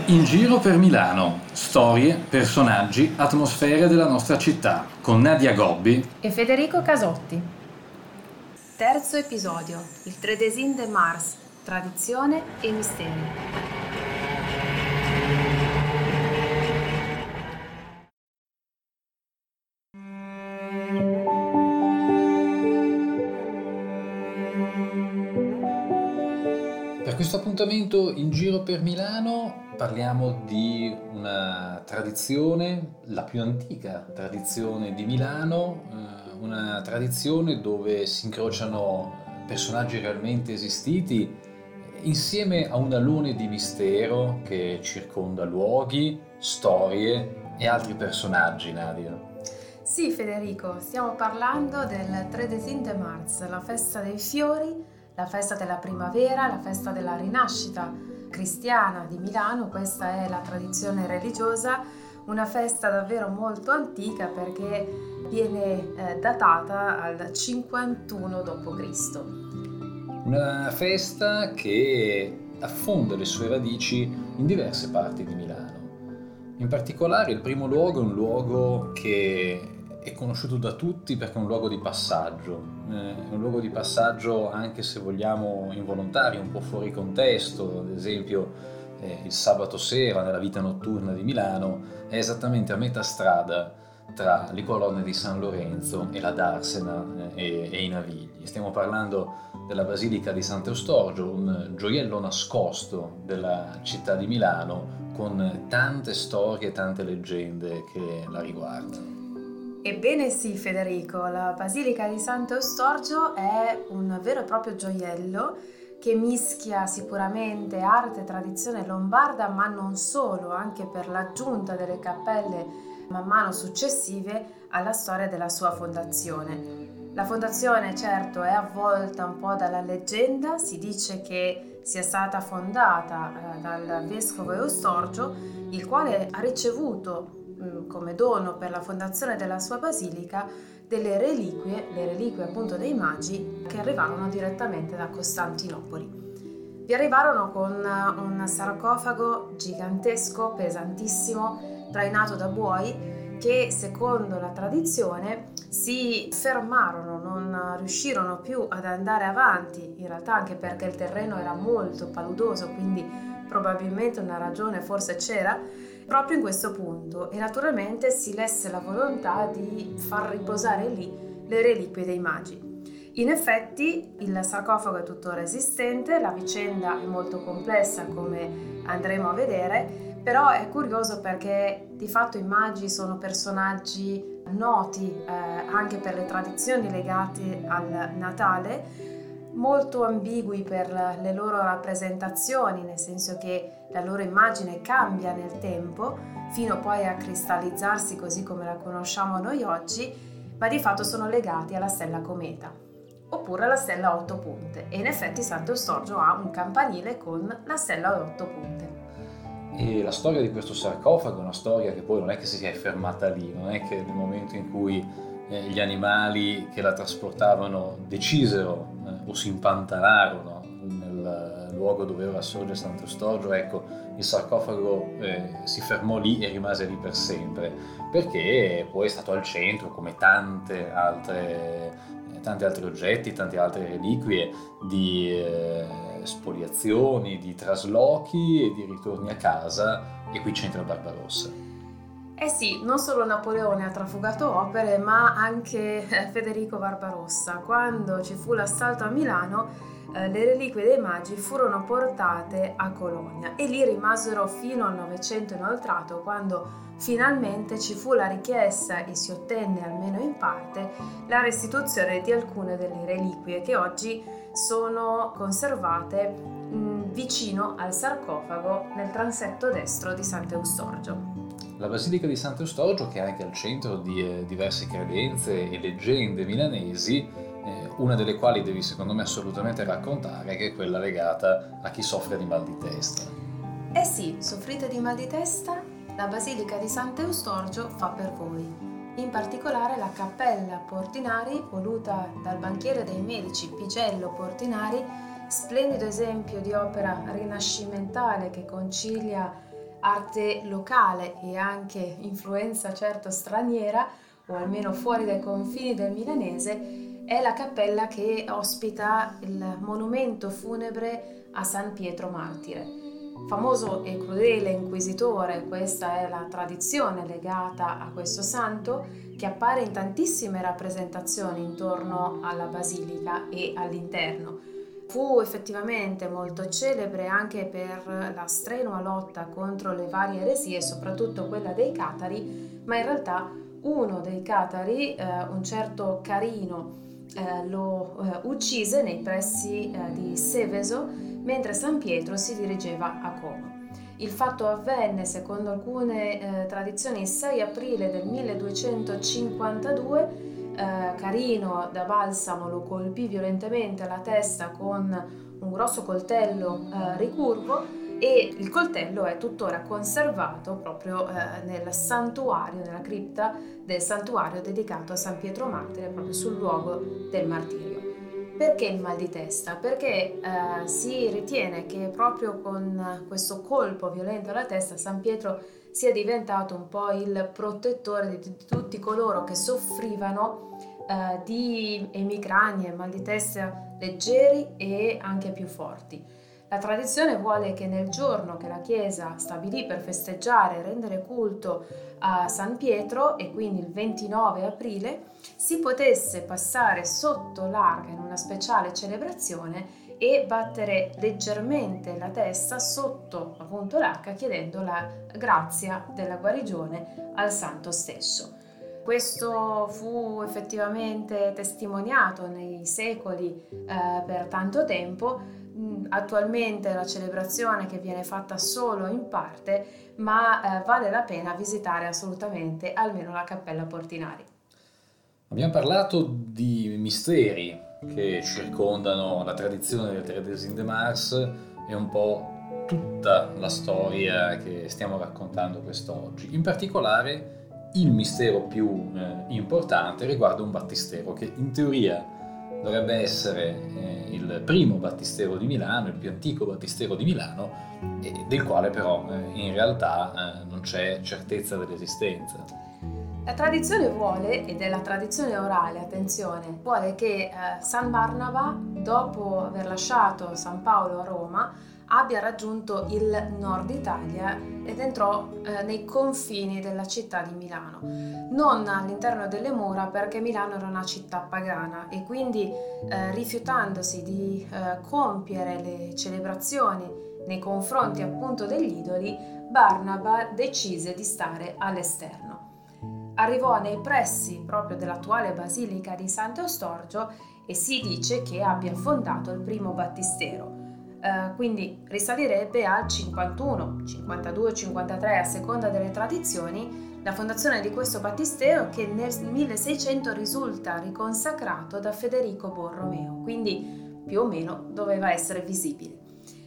In giro per Milano, storie, personaggi, atmosfere della nostra città, con Nadia Gobbi e Federico Casotti. Terzo episodio, il 13 de Mars, tradizione e misteri. Per questo appuntamento in giro per Milano parliamo di una tradizione, la più antica tradizione di Milano, una tradizione dove si incrociano personaggi realmente esistiti insieme a un alone di mistero che circonda luoghi, storie e altri personaggi, Nadia. Sì, Federico, stiamo parlando del 13 de Mars, la festa dei fiori, la festa della primavera, la festa della rinascita cristiana di Milano. Questa è la tradizione religiosa, una festa davvero molto antica perché viene datata al 51 d.C. Una festa che affonda le sue radici in diverse parti di Milano. In particolare il primo luogo è un luogo che è conosciuto da tutti perché è un luogo di passaggio, anche se vogliamo involontario, un po' fuori contesto. Ad esempio il sabato sera nella vita notturna di Milano è esattamente a metà strada tra le colonne di San Lorenzo e la Darsena e i Navigli. Stiamo parlando della Basilica di Sant'Eustorgio, un gioiello nascosto della città di Milano con tante storie e tante leggende che la riguardano. Ebbene sì, Federico, la Basilica di Sant'Eustorgio è un vero e proprio gioiello che mischia sicuramente arte e tradizione lombarda, ma non solo, anche per l'aggiunta delle cappelle man mano successive alla storia della sua fondazione. La fondazione, certo, è avvolta un po' dalla leggenda. Si dice che sia stata fondata dal vescovo Eustorgio, il quale ha ricevuto come dono per la fondazione della sua basilica delle reliquie, le reliquie appunto dei magi, che arrivarono direttamente da Costantinopoli. Vi arrivarono con un sarcofago gigantesco, pesantissimo, trainato da buoi, che secondo la tradizione si fermarono, non riuscirono più ad andare avanti, in realtà anche perché il terreno era molto paludoso, quindi probabilmente una ragione forse c'era, proprio in questo punto, e naturalmente si lesse la volontà di far riposare lì le reliquie dei magi. In effetti il sarcofago è tuttora esistente, la vicenda è molto complessa come andremo a vedere, però è curioso perché di fatto i magi sono personaggi noti anche per le tradizioni legate al Natale, molto ambigui per le loro rappresentazioni, nel senso che la loro immagine cambia nel tempo fino poi a cristallizzarsi così come la conosciamo noi oggi, ma di fatto sono legati alla stella cometa oppure alla stella a 8 punte, e in effetti Sant'Eustorgio ha un campanile con la stella a 8 punte. E la storia di questo sarcofago è una storia che poi non è che si sia fermata lì, non è che nel momento in cui gli animali che la trasportavano decisero o si impantanarono nel luogo dove ora sorge Sant'Eustorgio, ecco, il sarcofago si fermò lì e rimase lì per sempre, perché poi è stato al centro, come tanti altri oggetti, tante altre reliquie, di spoliazioni, di traslochi e di ritorni a casa, e qui c'entra Barbarossa. Eh sì, non solo Napoleone ha trafugato opere, ma anche Federico Barbarossa. Quando ci fu l'assalto a Milano, le reliquie dei magi furono portate a Cologna e lì rimasero fino al Novecento inoltrato, quando finalmente ci fu la richiesta e si ottenne almeno in parte la restituzione di alcune delle reliquie che oggi sono conservate vicino al sarcofago nel transetto destro di Sant'Eustorgio. La Basilica di Sant'Eustorgio, che è anche al centro di diverse credenze e leggende milanesi, una delle quali devi secondo me assolutamente raccontare, che è quella legata a chi soffre di mal di testa. Eh sì, soffrite di mal di testa? La Basilica di Sant'Eustorgio fa per voi. In particolare la Cappella Portinari, voluta dal banchiere dei Medici Pigello Portinari, splendido esempio di opera rinascimentale che concilia arte locale e anche influenza certo straniera, o almeno fuori dai confini del milanese, è la cappella che ospita il monumento funebre a San Pietro Martire. Famoso e crudele inquisitore, questa è la tradizione legata a questo santo, che appare in tantissime rappresentazioni intorno alla basilica e all'interno. Fu effettivamente molto celebre anche per la strenua lotta contro le varie eresie, soprattutto quella dei catari, ma in realtà uno dei catari, un certo Carino, lo uccise nei pressi di Seveso mentre San Pietro si dirigeva a Como. Il fatto avvenne, secondo alcune tradizioni, il 6 aprile del 1252. Carino da balsamo lo colpì violentemente alla testa con un grosso coltello ricurvo, e il coltello è tuttora conservato proprio nel santuario, nella cripta del santuario dedicato a San Pietro Martire, proprio sul luogo del martirio. Perché il mal di testa? Perché si ritiene che proprio con questo colpo violento alla testa San Pietro sia diventato un po' il protettore di tutti coloro che soffrivano di emicranie, mal di testa leggeri e anche più forti. La tradizione vuole che nel giorno che la Chiesa stabilì per festeggiare e rendere culto a San Pietro, e quindi il 29 aprile, si potesse passare sotto l'arca in una speciale celebrazione e battere leggermente la testa sotto appunto l'arca, chiedendo la grazia della guarigione al santo stesso. Questo fu effettivamente testimoniato nei secoli per tanto tempo. Attualmente la celebrazione che viene fatta solo in parte, ma vale la pena visitare assolutamente almeno la Cappella Portinari. Abbiamo parlato di misteri che circondano la tradizione del Tre des de Mars e un po' tutta la storia che stiamo raccontando quest'oggi. In particolare il mistero più importante riguarda un battistero che in teoria dovrebbe essere il primo battistero di Milano, il più antico battistero di Milano, del quale però in realtà non c'è certezza dell'esistenza. La tradizione vuole, ed è la tradizione orale, attenzione, vuole che San Barnaba, dopo aver lasciato San Paolo a Roma, abbia raggiunto il nord Italia ed entrò nei confini della città di Milano, non all'interno delle mura, perché Milano era una città pagana, e quindi rifiutandosi di compiere le celebrazioni nei confronti appunto degli idoli, Barnaba decise di stare all'esterno. Arrivò nei pressi proprio dell'attuale basilica di Sant'Eustorgio e si dice che abbia fondato il primo battistero. Quindi risalirebbe al 51, 52, 53 a seconda delle tradizioni la fondazione di questo battistero, che nel 1600 risulta riconsacrato da Federico Borromeo, quindi più o meno doveva essere visibile.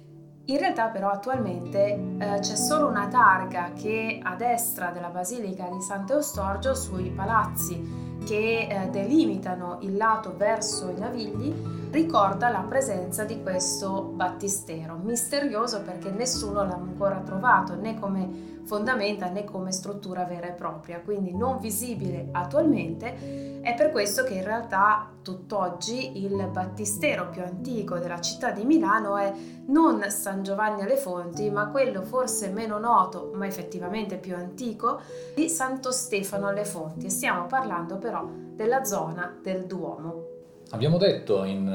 In realtà però attualmente c'è solo una targa che a destra della basilica di Sant'Eustorgio, sui palazzi che delimitano il lato verso i Navigli, ricorda la presenza di questo battistero, misterioso perché nessuno l'ha ancora trovato né come fondamenta né come struttura vera e propria, quindi non visibile attualmente. È per questo che in realtà tutt'oggi il battistero più antico della città di Milano è non San Giovanni alle Fonti, ma quello forse meno noto, ma effettivamente più antico, di Santo Stefano alle Fonti. E stiamo parlando però della zona del Duomo. Abbiamo detto in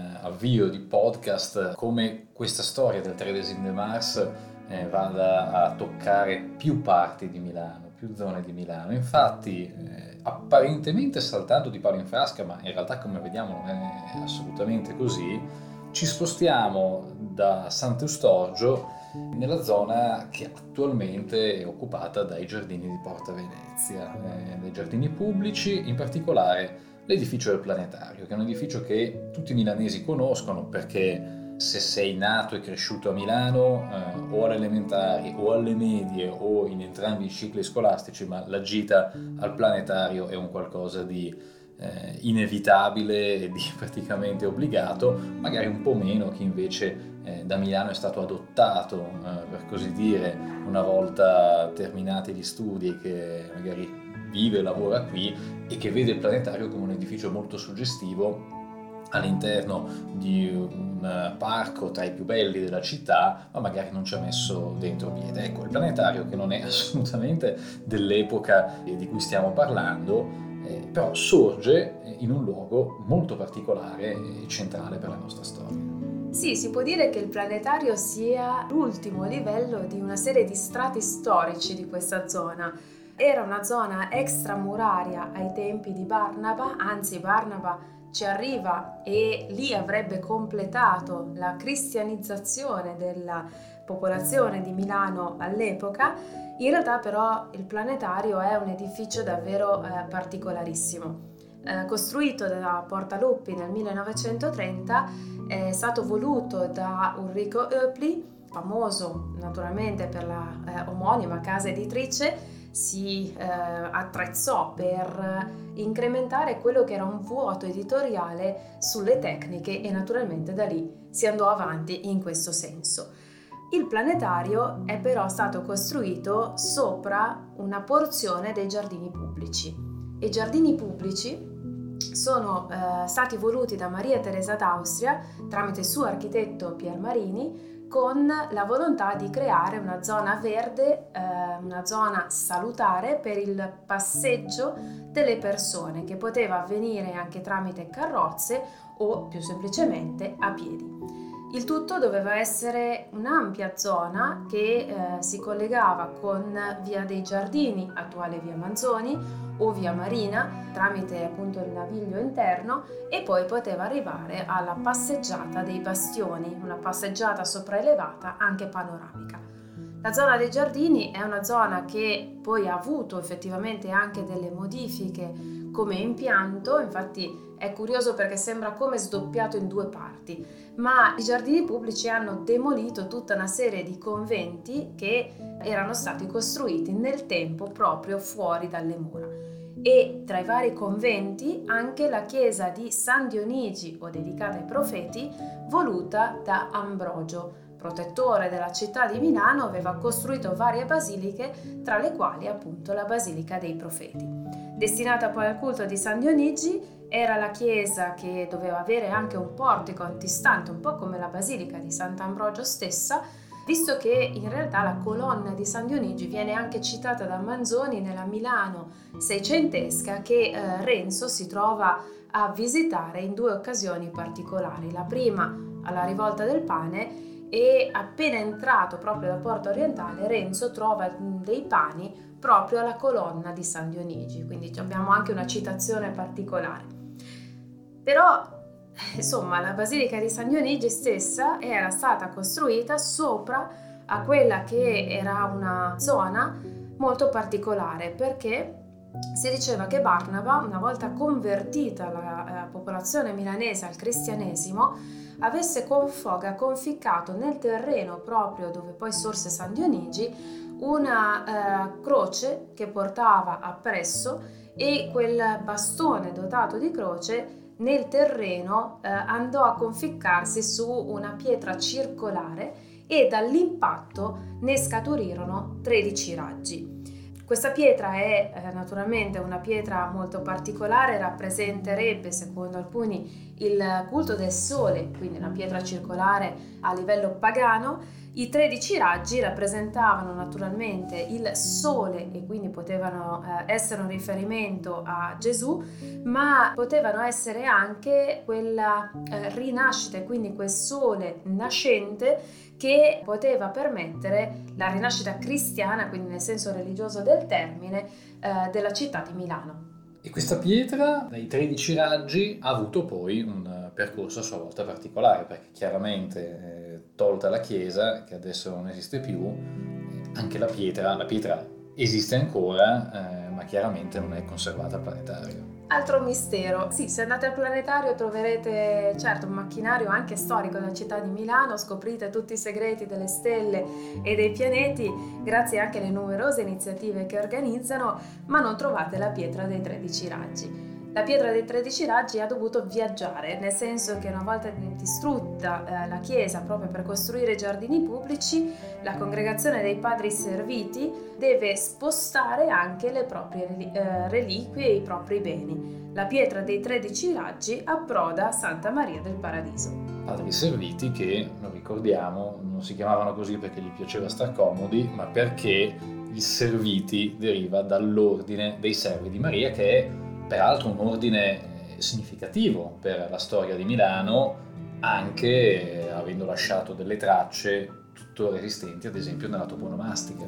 avvio di podcast come questa storia del Tre des de Mars vada a toccare più parti di Milano, più zone di Milano. Infatti, apparentemente saltando di palo in frasca, ma in realtà come vediamo non è assolutamente così, ci spostiamo da Sant'Eustorgio nella zona che attualmente è occupata dai giardini di Porta Venezia, dai giardini pubblici, in particolare l'edificio del Planetario, che è un edificio che tutti i milanesi conoscono perché se sei nato e cresciuto a Milano o alle elementari o alle medie o in entrambi i cicli scolastici, ma la gita al Planetario è un qualcosa di inevitabile, di praticamente obbligato, magari un po' meno chi invece da Milano è stato adottato, per così dire, una volta terminati gli studi, che magari vive e lavora qui e che vede il planetario come un edificio molto suggestivo all'interno di un parco tra i più belli della città, ma magari non ci ha messo dentro piede. Ecco, il planetario, che non è assolutamente dell'epoca di cui stiamo parlando, però sorge in un luogo molto particolare e centrale per la nostra storia. Sì, si può dire che il planetario sia l'ultimo livello di una serie di strati storici di questa zona. Era una zona extramuraria ai tempi di Barnaba, anzi Barnaba ci arriva e lì avrebbe completato la cristianizzazione della popolazione di Milano all'epoca. In realtà però il planetario è un edificio davvero particolarissimo. Costruito da Portaluppi nel 1930, è stato voluto da Ulrico Oepli, famoso naturalmente per la omonima casa editrice. Si attrezzò per incrementare quello che era un vuoto editoriale sulle tecniche e naturalmente da lì si andò avanti in questo senso. Il planetario è però stato costruito sopra una porzione dei giardini pubblici. I giardini pubblici sono stati voluti da Maria Teresa d'Austria tramite il suo architetto Pier Marini, con la volontà di creare una zona verde, una zona salutare per il passeggio delle persone, che poteva avvenire anche tramite carrozze o più semplicemente a piedi. Il tutto doveva essere un'ampia zona che si collegava con Via dei Giardini, attuale Via Manzoni, o Via Marina, tramite appunto il naviglio interno, e poi poteva arrivare alla passeggiata dei bastioni, una passeggiata sopraelevata anche panoramica. La zona dei giardini è una zona che poi ha avuto effettivamente anche delle modifiche come impianto, infatti è curioso perché sembra come sdoppiato in due parti, ma i giardini pubblici hanno demolito tutta una serie di conventi che erano stati costruiti nel tempo proprio fuori dalle mura. E tra i vari conventi anche la chiesa di San Dionigi, o dedicata ai profeti, voluta da Ambrogio, protettore della città di Milano. Aveva costruito varie basiliche, tra le quali appunto la Basilica dei Profeti. Destinata poi al culto di San Dionigi, era la chiesa che doveva avere anche un portico antistante, un po' come la Basilica di Sant'Ambrogio stessa, visto che in realtà la colonna di San Dionigi viene anche citata da Manzoni nella Milano seicentesca, che Renzo si trova a visitare in due occasioni particolari. La prima alla rivolta del pane, e appena entrato proprio dalla porta orientale Renzo trova dei pani proprio alla colonna di San Dionigi, quindi abbiamo anche una citazione particolare. Però insomma la Basilica di San Dionigi stessa era stata costruita sopra a quella che era una zona molto particolare, perché si diceva che Barnaba, una volta convertita la popolazione milanese al cristianesimo, avesse con foga conficcato nel terreno proprio dove poi sorse San Dionigi una croce che portava appresso, e quel bastone dotato di croce nel terreno andò a conficcarsi su una pietra circolare, e dall'impatto ne scaturirono 13 raggi. Questa pietra è naturalmente una pietra molto particolare, rappresenterebbe secondo alcuni il culto del sole, quindi una pietra circolare a livello pagano. I 13 raggi rappresentavano naturalmente il sole e quindi potevano essere un riferimento a Gesù, ma potevano essere anche quella rinascita, quindi quel sole nascente che poteva permettere la rinascita cristiana, quindi nel senso religioso del termine, della città di Milano. E questa pietra, dai 13 raggi, ha avuto poi un percorso a sua volta particolare, perché chiaramente tolta la chiesa, che adesso non esiste più, anche la pietra esiste ancora, ma chiaramente non è conservata al planetario. Altro mistero. Sì, se andate al planetario troverete certo un macchinario anche storico della città di Milano, scoprite tutti i segreti delle stelle e dei pianeti grazie anche alle numerose iniziative che organizzano, ma non trovate la pietra dei 13 raggi. La pietra dei 13 raggi ha dovuto viaggiare, nel senso che una volta distrutta la chiesa proprio per costruire i giardini pubblici, la congregazione dei padri serviti deve spostare anche le proprie reliquie e i propri beni. La pietra dei 13 raggi approda a Santa Maria del Paradiso. Padri serviti che, lo ricordiamo, non si chiamavano così perché gli piaceva star comodi, ma perché il serviti deriva dall'ordine dei servi di Maria, che è peraltro un ordine significativo per la storia di Milano, anche avendo lasciato delle tracce tuttora esistenti, ad esempio nella toponomastica.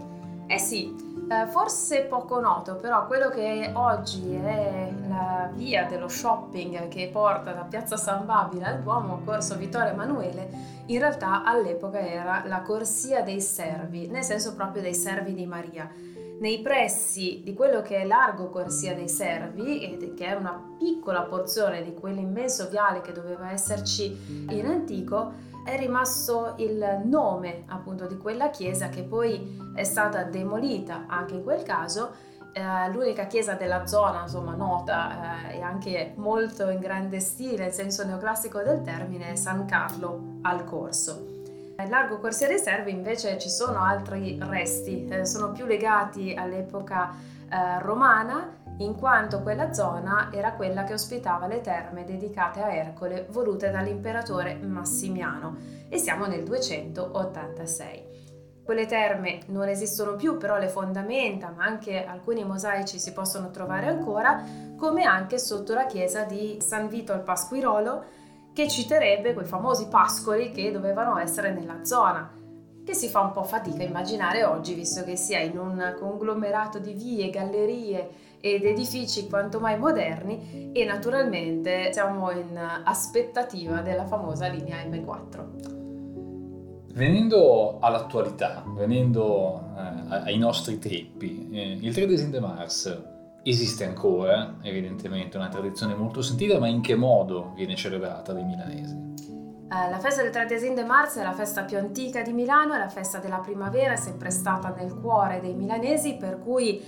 Forse poco noto, però quello che oggi è la via dello shopping che porta da Piazza San Babila al Duomo, Corso Vittorio Emanuele, in realtà all'epoca era la corsia dei servi, nel senso proprio dei servi di Maria. Nei pressi di quello che è largo Corsia dei Servi, che è una piccola porzione di quell'immenso viale che doveva esserci in antico, è rimasto il nome appunto di quella chiesa, che poi è stata demolita anche in quel caso. L'unica chiesa della zona, insomma, nota e anche molto in grande stile, nel senso neoclassico del termine, è San Carlo al Corso. Nel largo Corsia dei Servi invece ci sono altri resti, sono più legati all'epoca romana, in quanto quella zona era quella che ospitava le terme dedicate a Ercole volute dall'imperatore Massimiano, e siamo nel 286. Quelle terme non esistono più, però le fondamenta, ma anche alcuni mosaici si possono trovare ancora, come anche sotto la chiesa di San Vito al Pasquirolo, che citerebbe quei famosi pascoli che dovevano essere nella zona, che si fa un po' fatica a immaginare oggi, visto che si è in un conglomerato di vie, gallerie ed edifici quanto mai moderni, e naturalmente siamo in aspettativa della famosa linea M4. Venendo all'attualità, venendo ai nostri tempi, il 3 de Mars esiste ancora, evidentemente una tradizione molto sentita, ma in che modo viene celebrata dai milanesi? La festa del 3 de Mars è la festa più antica di Milano, è la festa della primavera, è sempre stata nel cuore dei milanesi, per cui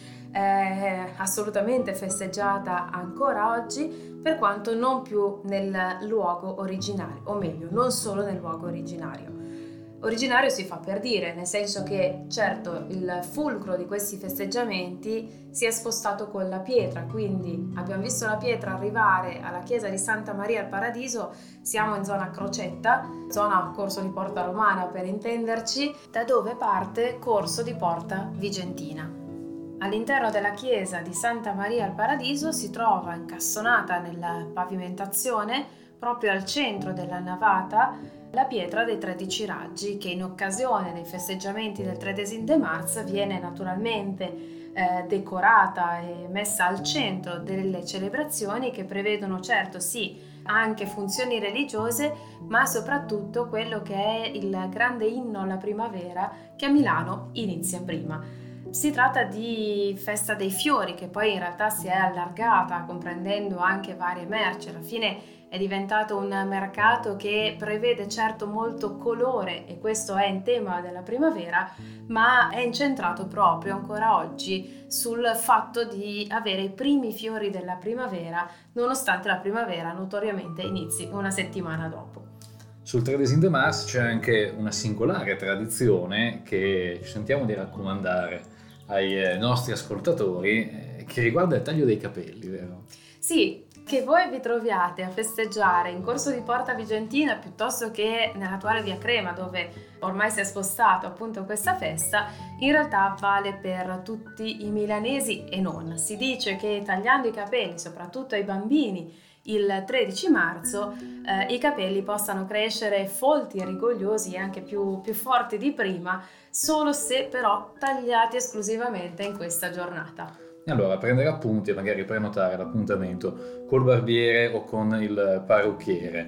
è assolutamente festeggiata ancora oggi, per quanto non più nel luogo originario, o meglio, non solo nel luogo originario. Originario si fa per dire, nel senso che certo il fulcro di questi festeggiamenti si è spostato con la pietra, quindi abbiamo visto la pietra arrivare alla chiesa di Santa Maria al Paradiso, siamo in zona Crocetta, zona Corso di Porta Romana per intenderci, da dove parte Corso di Porta Vigentina. All'interno della chiesa di Santa Maria al Paradiso si trova incastonata nella pavimentazione, proprio al centro della navata, la pietra dei 13 raggi, che in occasione dei festeggiamenti del 3 de Mars viene naturalmente decorata e messa al centro delle celebrazioni, che prevedono certo sì anche funzioni religiose, ma soprattutto quello che è il grande inno alla primavera, che a Milano inizia prima. Si tratta di festa dei fiori, che poi in realtà si è allargata comprendendo anche varie merci. Alla fine è diventato un mercato che prevede certo molto colore, e questo è in tema della primavera, ma è incentrato proprio ancora oggi sul fatto di avere i primi fiori della primavera, nonostante la primavera notoriamente inizi una settimana dopo. Sul 3 de Mars c'è anche una singolare tradizione che ci sentiamo di raccomandare ai nostri ascoltatori, che riguarda il taglio dei capelli, vero? Sì, che voi vi troviate a festeggiare in Corso di Porta Vigentina piuttosto che nell'attuale Via Crema, dove ormai si è spostato appunto questa festa, in realtà vale per tutti i milanesi e non. Si dice che tagliando i capelli, soprattutto ai bambini, il 13 marzo i capelli possano crescere folti e rigogliosi e anche più forti di prima, solo se però tagliati esclusivamente in questa giornata. E allora prendere appunti e magari prenotare l'appuntamento col barbiere o con il parrucchiere.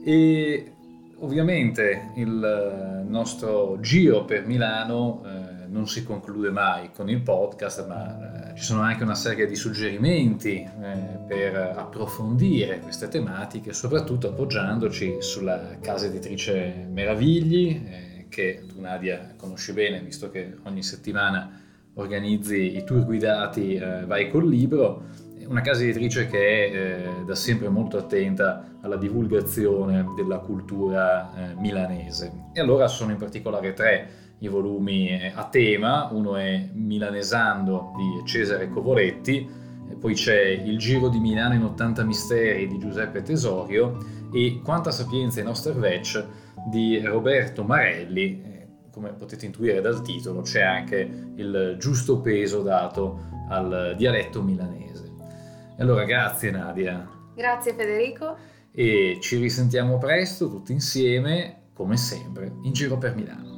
E ovviamente il nostro giro per Milano non si conclude mai con il podcast, ma ci sono anche una serie di suggerimenti per approfondire queste tematiche, soprattutto appoggiandoci sulla casa editrice Meravigli, che tu, Nadia, conosci bene, visto che ogni settimana organizzi i tour guidati Vai col libro, una casa editrice che è da sempre molto attenta alla divulgazione della cultura milanese. E allora sono in particolare 3 i volumi a tema. Uno è Milanesando di Cesare Covoletti, poi c'è Il Giro di Milano in 80 misteri di Giuseppe Tesorio e Quanta sapienza in Austerwetsch di Roberto Marelli. Come potete intuire dal titolo, c'è anche il giusto peso dato al dialetto milanese. E allora grazie Nadia. Grazie Federico. E ci risentiamo presto tutti insieme, come sempre, in giro per Milano.